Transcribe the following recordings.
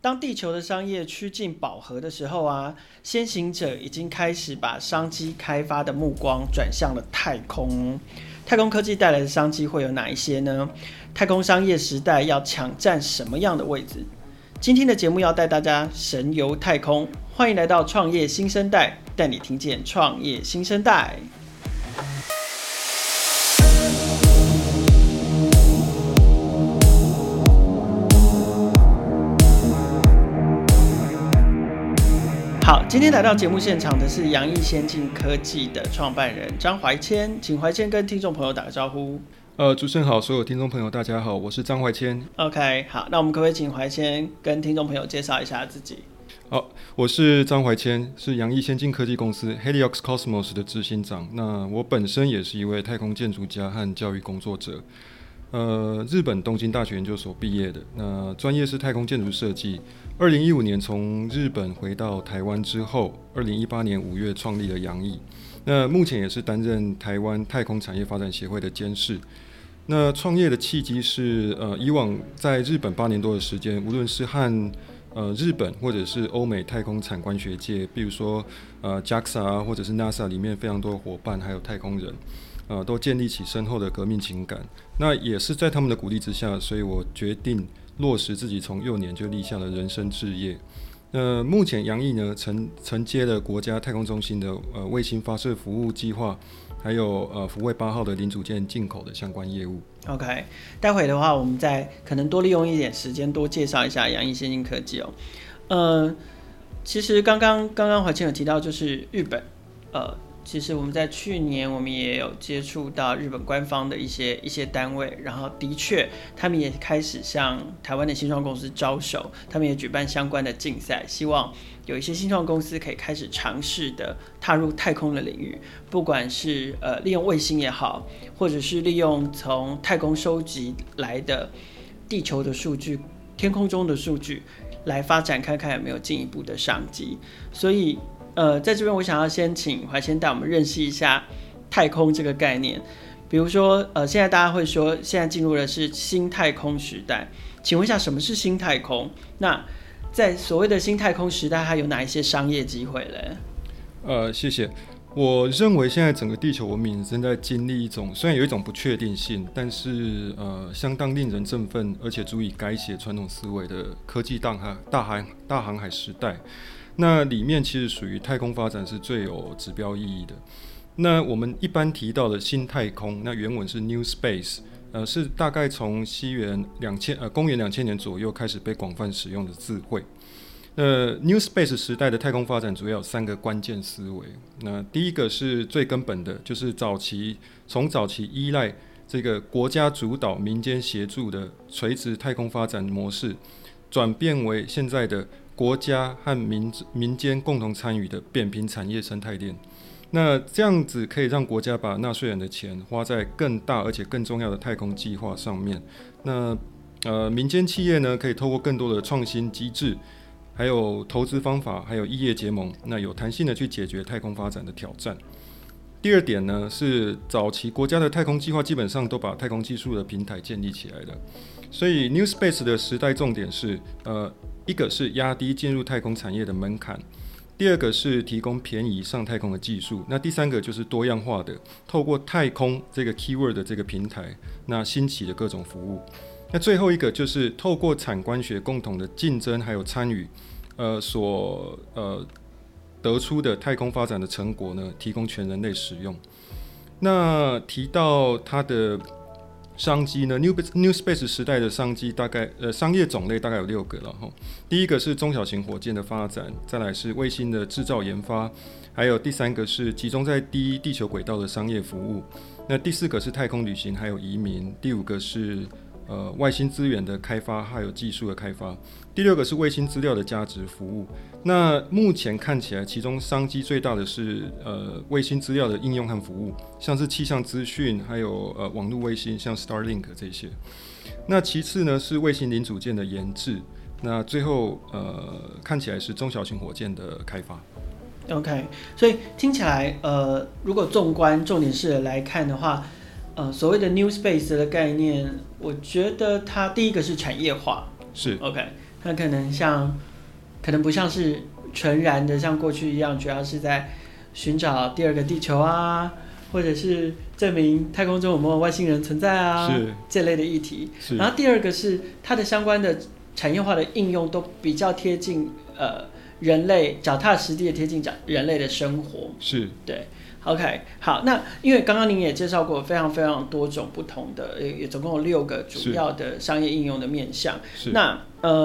当地球的商业趋近饱和的时候啊，先行者已经开始把商机开发的目光转向了太空。太空科技带来的商机会有哪一些呢？太空商业时代要抢占什么样的位置？今天的节目要带大家神游太空，欢迎来到创业新生代，带你听见创业新生代。好，今天来到节目现场的是洋溢先进科技的创办人张怀谦，请怀谦跟听众朋友打个招呼。 主持人好，所有听众朋友大家好，我是张怀谦。 OK， 好，那我们可不可以请怀谦跟听众朋友介绍一下自己？ 好，我是张怀谦，是洋溢先进科技公司 Heliox Cosmos 的执行长。那我本身也是一位太空建筑家和教育工作者。日本东京大学研究所毕业的，那专业是太空建筑设计。2015年从日本回到台湾之后，2018年5月创立了洋溢。那目前也是担任台湾太空产业发展协会的监事。那创业的契机是，以往在日本8年多的时间，无论是和日本或者是欧美太空产官学界，比如说JAXA 啊，或者是 NASA 里面非常多的伙伴，还有太空人。都建立起深厚的革命情感。那也是在他们的鼓励之下，所以我决定落实自己从幼年就立下了人生志业。目前洋溢呢承接了国家太空中心的卫星发射服务计划，还有福卫8号的零组件进口的相关业务。 OK， 待会的话，我们再可能多利用一点时间，多介绍一下洋溢先进科技哦。其实刚刚怀谦有提到，就是日本，其实我们在去年我们也有接触到日本官方的一些单位，然后的确他们也开始向台湾的新创公司招手，他们也举办相关的竞赛，希望有一些新创公司可以开始尝试的踏入太空的领域，不管是利用卫星也好，或者是利用从太空收集来的地球的数据、天空中的数据来发展，看看有没有进一步的商机。所以在这边我想要先请怀谦带我们认识一下太空这个概念。比如说现在大家会说现在进入的是新太空时代，请问一下什么是新太空？那在所谓的新太空时代，它有哪一些商业机会呢？ 谢谢。我认为现在整个地球文明正在经历一种，虽然有一种不确定性，但是相当令人振奋，而且足以改写传统思维的科技大航海时代。那里面其实属于太空发展是最有指标意义的。那我们一般提到的新太空，那原文是 New Space，是大概从公元2000年左右开始被广泛使用的字汇。New Space 时代的太空发展主要有3个关键思维。那第一个是最根本的，就是从早期依赖这个国家主导、民间协助的垂直太空发展模式，转变为现在的国家和民间共同参与的扁平产业生态链。那这样子可以让国家把纳税人的钱花在更大而且更重要的太空计划上面。那民间企业呢，可以透过更多的创新机制，还有投资方法，还有异业结盟，那有弹性的去解决太空发展的挑战。第二点呢，是早期国家的太空计划基本上都把太空技术的平台建立起来了。所以 New Space 的时代重点是一个是压低进入太空产业的门槛，第二个是提供便宜上太空的技术，那第三个就是多样化的透过太空这个 keyword 的这个平台，那兴起的各种服务。那最后一个就是透过产官学共同的竞争还有参与，得出的太空发展的成果呢，提供全人类使用。那提到它的商机呢 ，New Space 时代的商机大概商业种类大概有6个了哈。第一个是中小型火箭的发展，再来是卫星的制造研发，还有第3个是集中在低地球轨道的商业服务。那第4个是太空旅行还有移民，第5个是外星资源的开发还有技术的开发，第6个是卫星资料的价值服务。那目前看起来，其中商机最大的是卫星资料的应用和服务，像是气象资讯，还有网络卫星，像 Starlink 这些。那其次呢是卫星零组件的研制，那最后看起来是中小型火箭的开发。 OK， 所以听起来如果纵观重点式来看的话，所谓的 New Space 的概念，我觉得它第一个是产业化， 是 OK， 它可能不像是纯然的像过去一样，主要是在寻找第二个地球啊，或者是证明太空中有没有外星人存在啊，这类的议题。然后第二个是它的相关的产业化的应用都比较贴近人类，脚踏实地的贴近人类的生活。 是， 对。OK， 好，那因为刚刚您也介绍过非常非常多种不同的，也总共有6个主要的商业应用的面向。那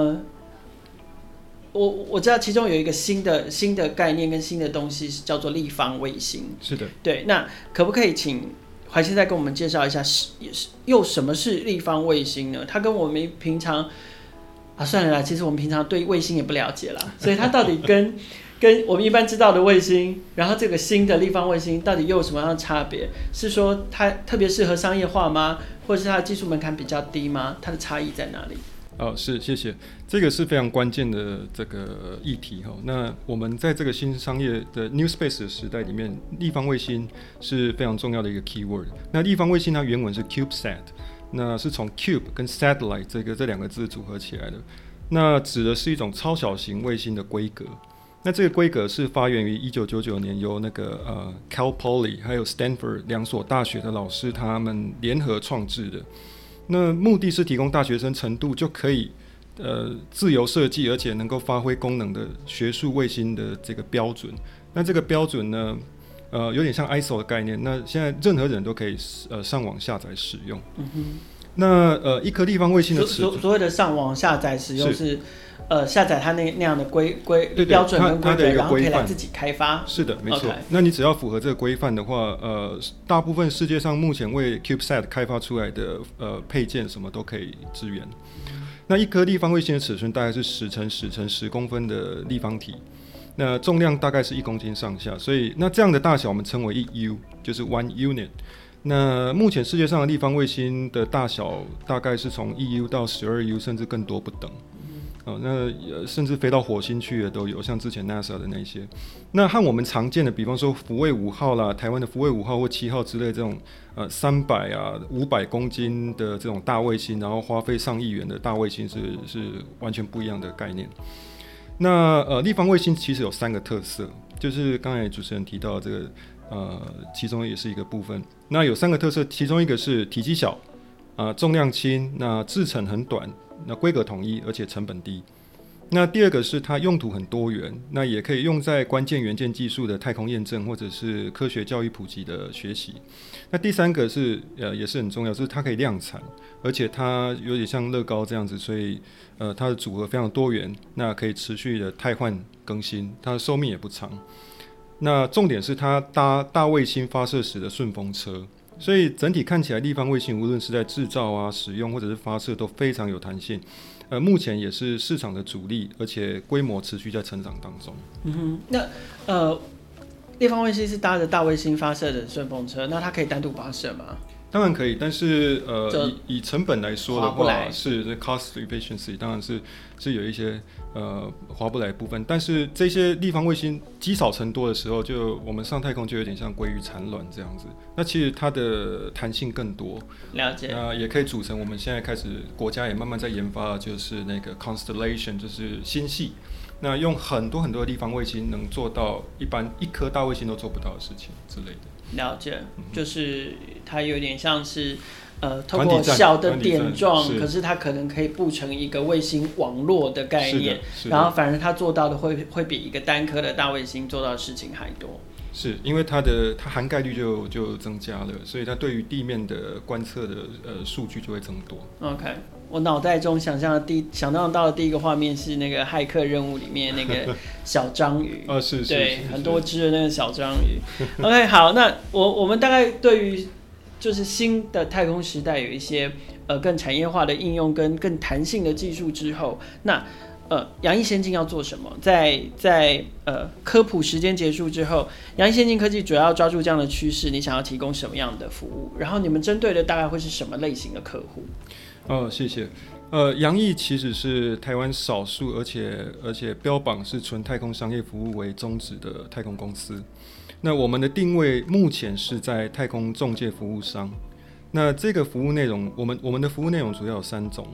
我知道其中有一个新的概念跟新的东西是叫做立方卫星。 是的， 对。那可不可以请怀先再跟我们介绍一下，又什么是立方卫星呢？它跟我们平常算了啦，其实我们平常对卫星也不了解啦，所以它到底跟我们一般知道的卫星，然后这个新的立方卫星到底又有什么样的差别？是说它特别适合商业化吗？或者是它的技术门槛比较低吗？它的差异在哪里？ 是，谢谢，这个是非常关键的这个议题哈。那我们在这个新商业的 New Space 的时代里面，立方卫星是非常重要的一个 keyword。那立方卫星它原文是 CubeSat， 那是从 Cube 跟 Satellite 这2个字组合起来的。那指的是一种超小型卫星的规格。那这个规格是发源于1999年，由那个Cal Poly 还有 Stanford 2所大学的老师他们联合创制的。那目的是提供大学生程度就可以自由设计，而且能够发挥功能的学术卫星的这个标准。那这个标准呢，有点像 ISO 的概念。那现在任何人都可以上网下载使用。那一颗立方卫星的尺寸， 所谓的上网下载使用是下载它那样的标准跟规则，然后可以来自己开发。 是的，没错。那你只要符合这个规范的话，大部分世界上目前为 CubeSat 开发出来的配件什么都可以支援。那一颗立方卫星的尺寸大概是10乘10乘10公分的立方体，那重量大概是1公斤上下，所以那这样的大小我们称为1U， 就是 one unit。那目前世界上的立方卫星的大小大概是从1U 到12U， 甚至更多不等。那甚至飞到火星去的都有，像之前 NASA 的那些。那和我们常见的，比方说福卫5号啦，台湾的福卫5号或7号之类这种300啊500公斤的这种大卫星，然后花费上亿元的大卫星是完全不一样的概念。那立方卫星其实有3个特色，就是刚才主持人提到的这个其中也是一个部分。那有3个特色，其中一个是体积小，重量轻，那制程很短，那规格统一，而且成本低。那第二个是它用途很多元，那也可以用在关键元件技术的太空验证，或者是科学教育普及的学习。那第3个是也是很重要，就是它可以量产，而且它有点像乐高这样子，所以它的组合非常多元，那可以持续的汰换更新，它的寿命也不长。那重点是它搭大卫星发射时的顺风车，所以整体看起来立方卫星无论是在制造啊、使用或者是发射都非常有弹性。目前也是市场的主力，而且规模持续在成长当中。 那立方卫星是搭着大卫星发射的顺风车，那它可以单独发射吗？ 当然可以，但是以成本来说的话，是 cost efficiency 当然是有一些划不来的部分。但是这些立方卫星积少成多的时候，就我们上太空就有点像鲑鱼产卵这样子。那其实它的弹性更多， 了解。 也可以组成我们现在开始国家也慢慢在研发的就是那个 constellation， 就是星系。那用很多的立方卫星能做到一般一颗大卫星都做不到的事情之类的。 了解，就是它有点像是透过小的点状，可是它可能可以布成一个卫星网络的概念，然后反而它做到的会比一个单颗的大卫星做到的事情还多。是因为它涵盖率就增加了，所以它对于地面的观测的数据就会增多。 OK， 我脑袋中想到的第一个画面是那个骇客任务里面那个小章鱼。 是对，很多只的那个小章鱼。OK， 好，那我们大概对于就是新的太空时代有一些更产业化的应用跟更弹性的技术之后，那洋溢先进要做什么？在科普时间结束之后，洋溢先进科技主要抓住这样的趋势，你想要提供什么样的服务？然后你们针对的大概会是什么类型的客户？ 谢谢。洋溢其实是台湾少数而且标榜是纯太空商业服务为宗旨的太空公司。那我们的定位目前是在太空中介服务商。那这个服务内容，我们的服务内容主要有3种。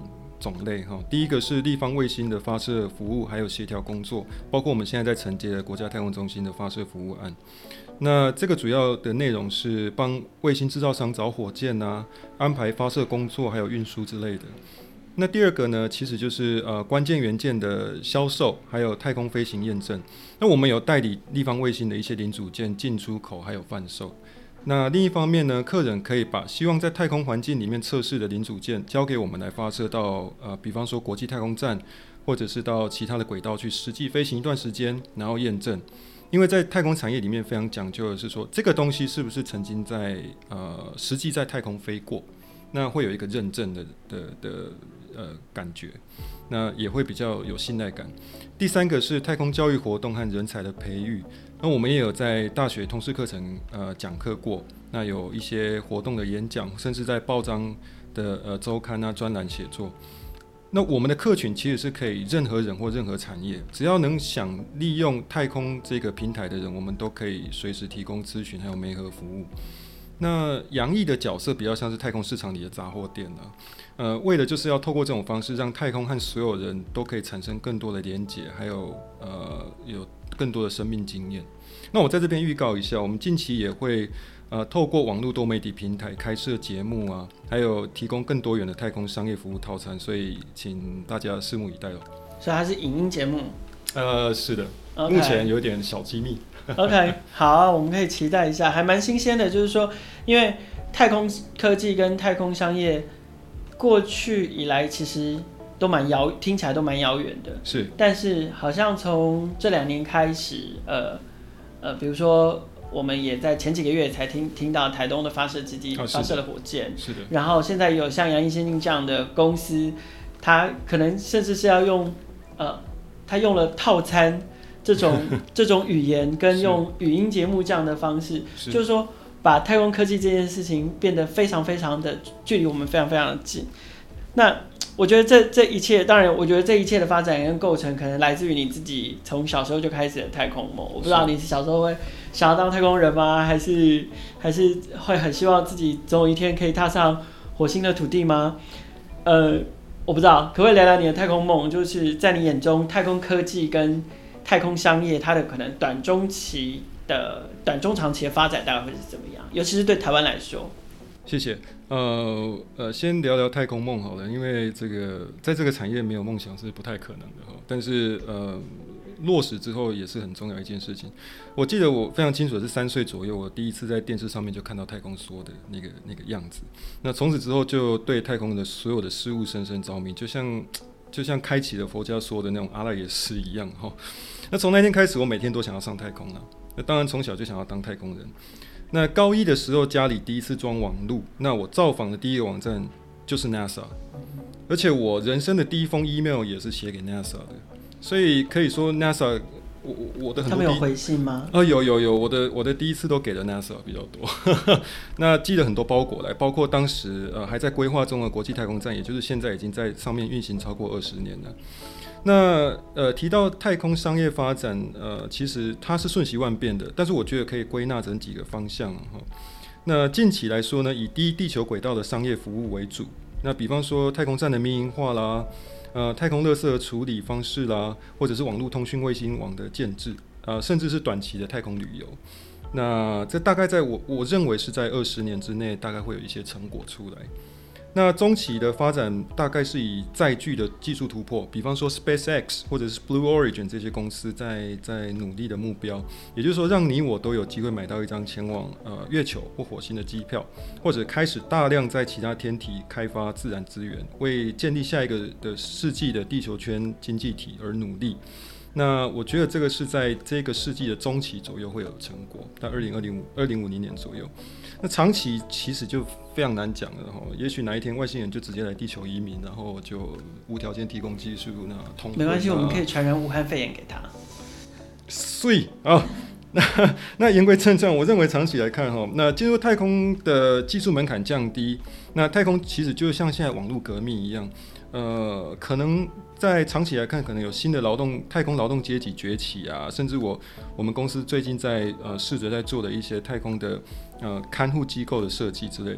种类哈。第一个是立方卫星的发射服务，还有协调工作，包括我们现在在承接的国家太空中心的发射服务案。那这个主要的内容是帮卫星制造商找火箭啊，安排发射工作，还有运输之类的。那第二个呢，其实就是关键元件的销售，还有太空飞行验证。那我们有代理立方卫星的一些零组件进出口，还有贩售。那另一方面呢，客人可以把希望在太空环境里面测试的零组件交给我们来发射到比方说国际太空站，或者是到其他的轨道去实际飞行一段时间，然后验证。因为在太空产业里面非常讲究的是说，这个东西是不是曾经在实际在太空飞过，那会有一个认证的感觉，那也会比较有信赖感。第三个是太空教育活动和人才的培育，那我们也有在大学通识课程讲课过，那有一些活动的演讲，甚至在报章的周刊啊专栏写作。那我们的客群其实是可以任何人或任何产业，只要能想利用太空这个平台的人，我们都可以随时提供咨询还有媒合服务。那洋溢的角色比较像是太空市场里的杂货店为的就是要透过这种方式，让太空和所有人都可以产生更多的连结，还有有更多的生命经验。那我在这边预告一下，我们近期也会透过网络多媒体平台开设节目啊，还有提供更多元的太空商业服务套餐，所以请大家拭目以待咯。 所以它是影音节目？ 是的，目前有点小机密。 OK， 好啊，我们可以期待一下，还蛮新鲜的。就是说，因为太空科技跟太空商业过去以来其实都听起来都蛮遥远的。 是， 但是好像从这2年开始，比如说我们也在前几个月才听到台东的发射基地发射了火箭， 是的。 然后现在有像洋溢先进这样的公司，它可能甚至是要用它用了套餐。这种语言跟用语音节目这样的方式，就是说把太空科技这件事情变得非常非常的距离我们非常非常的近。那我觉得这一切，当然我觉得这一切的发展跟构成可能来自于你自己从小时候就开始的太空梦。我不知道你是小时候会想要当太空人吗？还是会很希望自己总有一天可以踏上火星的土地吗？我不知道，可不可以聊聊你的太空梦？就是在你眼中，太空科技跟太空商业它的可能短中长期的发展大概会是怎么样？尤其是对台湾来说。 谢谢。先聊聊太空梦好了，因为在这个产业没有梦想是不太可能的哈。但是落实之后也是很重要一件事情。我记得我非常清楚的是3岁左右，我第一次在电视上面就看到太空梭的那个样子。那从此之后就对太空的所有的事物深深着迷，就像开启了佛家说的那种阿赖耶识一样哈。那从那天开始，我每天都想要上太空了。那当然从小就想要当太空人。那高1的时候，家里第一次装网路，那我造访的第一个网站就是 NASA， 而且我人生的第一封 email 也是写给 NASA 的，所以可以说 NASA。我的很多他们有回信吗？ 有，我的第一次都给了 NASA 比较多，那寄了很多包裹来，包括当时还在规划中的国际太空站，也就是现在已经在上面运行超过20年了。那提到太空商业发展，其实它是瞬息万变的，但是我觉得可以归纳成几个方向哈。那近期来说呢，以低地球轨道的商业服务为主，那比方说太空站的民营化啦。太空垃圾处理方式啦，或者是网络通讯卫星网的建制，甚至是短期的太空旅游。那这大概在我认为是在20年之内，大概会有一些成果出来。那中期的发展大概是以载具的技术突破，比方说 SpaceX 或者是 Blue Origin 这些公司在努力的目标，也就是说让你我都有机会买到一张前往月球或火星的机票，或者开始大量在其他天体开发自然资源，为建立下一个的世纪的地球圈经济体而努力。那我觉得这个是在这个世纪的中期左右会有成果，到2050年左右。那长期其实就非常难讲了也许哪一天外星人就直接来地球移民，然后就无条件提供技术，那通没关系，我们可以传染武汉肺炎给他。 所以那言归正传，我认为长期来看那进入太空的技术门槛降低，那太空其实就像现在网络革命一样，可能在长期来看，可能有新的太空劳动阶级崛起啊，甚至我们公司最近在试着在做的一些太空的看护机构的设计之类。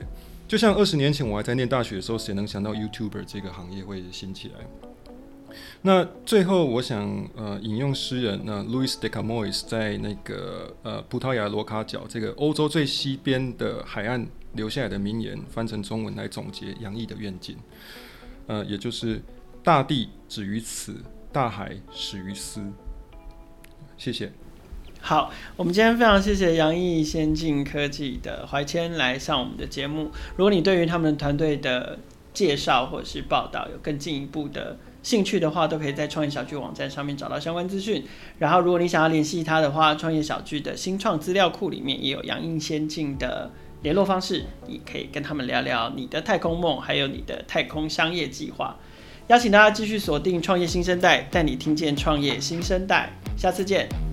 就像20年前我还在念大学的时候，谁能想到 YouTuber 这个行业会兴起来？那最后我想引用诗人Louis de Camões 在那个葡萄牙罗卡角这个欧洲最西边的海岸留下来的名言，翻成中文来总结杨毅的愿景，也就是大地止于此，大海始于斯。谢谢。 好，我们今天非常谢谢杨毅先进科技的怀谦来上我们的节目。如果你对于他们团队的介绍或者是报道有更进一步的兴趣的话，都可以在创业小聚网站上面找到相关资讯。然后如果你想要联系他的话，创业小聚的新创资料库里面也有杨毅先进的联络方式，你可以跟他们聊聊你的太空梦，还有你的太空商业计划。邀请大家继续锁定创业新生代，带你听见创业新生代。下次见。